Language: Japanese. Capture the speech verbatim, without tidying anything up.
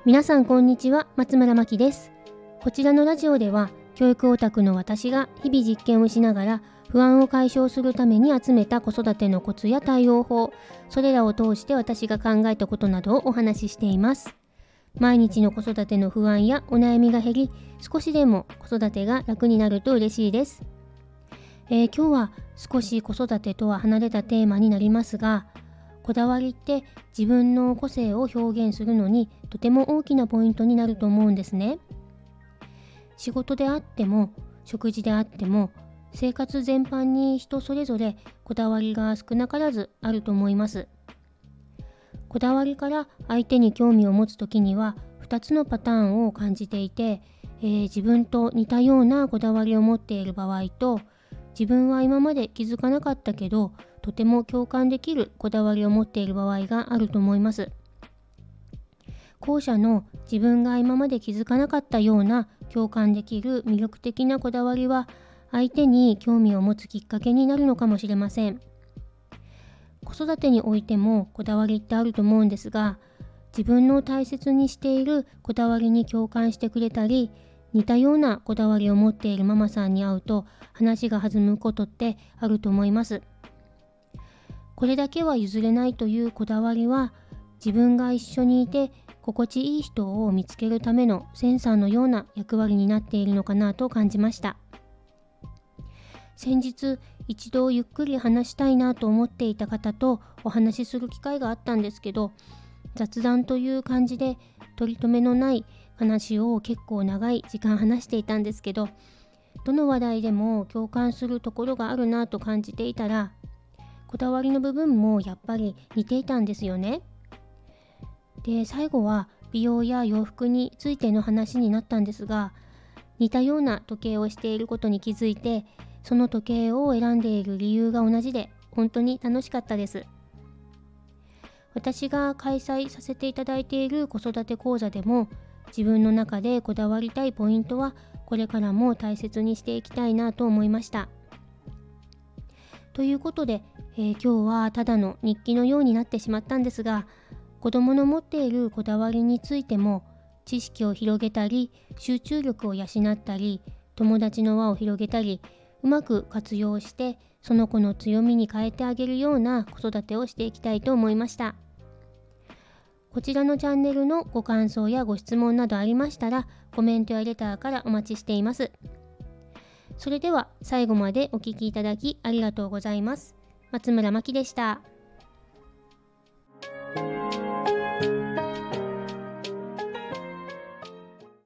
皆さんこんにちは、松村真希です。こちらのラジオでは教育オタクの私が日々実験をしながら不安を解消するために集めた子育てのコツや対応法、それらを通して私が考えたことなどをお話ししています。毎日の子育ての不安やお悩みが減り、少しでも子育てが楽になると嬉しいです。えー、今日は少し子育てとは離れたテーマになりますが、こだわりって自分の個性を表現するのにとても大きなポイントになると思うんですね。仕事であっても食事であっても生活全般に人それぞれこだわりが少なからずあると思います。こだわりから相手に興味を持つときにはふたつのパターンを感じていて、えー、自分と似たようなこだわりを持っている場合と、自分は今まで気づかなかったけどとても共感できるこだわりを持っている場合があると思います。後者の自分が今まで気づかなかったような共感できる魅力的なこだわりは相手に興味を持つきっかけになるのかもしれません。子育てにおいてもこだわりってあると思うんですが、自分の大切にしているこだわりに共感してくれたり、似たようなこだわりを持っているママさんに会うと話が弾むことってあると思います。これだけは譲れないというこだわりは、自分が一緒にいて心地いい人を見つけるためのセンサーのような役割になっているのかなと感じました。先日一度ゆっくり話したいなと思っていた方とお話しする機会があったんですけど、雑談という感じで取り留めのない話を結構長い時間話していたんですけど、どの話題でも共感するところがあるなと感じていたら、こだわりの部分もやっぱり似ていたんですよね。で、最後は美容や洋服についての話になったんですが、似たような時計をしていることに気づいて、その時計を選んでいる理由が同じで本当に楽しかったです。私が開催させていただいている子育て講座でも、自分の中でこだわりたいポイントはこれからも大切にしていきたいなと思いました。ということで、えー、今日はただの日記のようになってしまったんですが、子どもの持っているこだわりについても知識を広げたり、集中力を養ったり、友達の輪を広げたり、うまく活用してその子の強みに変えてあげるような子育てをしていきたいと思いました。こちらのチャンネルのご感想やご質問などありましたら、コメントやレターからお待ちしています。それでは最後までお聞きいただきありがとうございます。松村真希でした。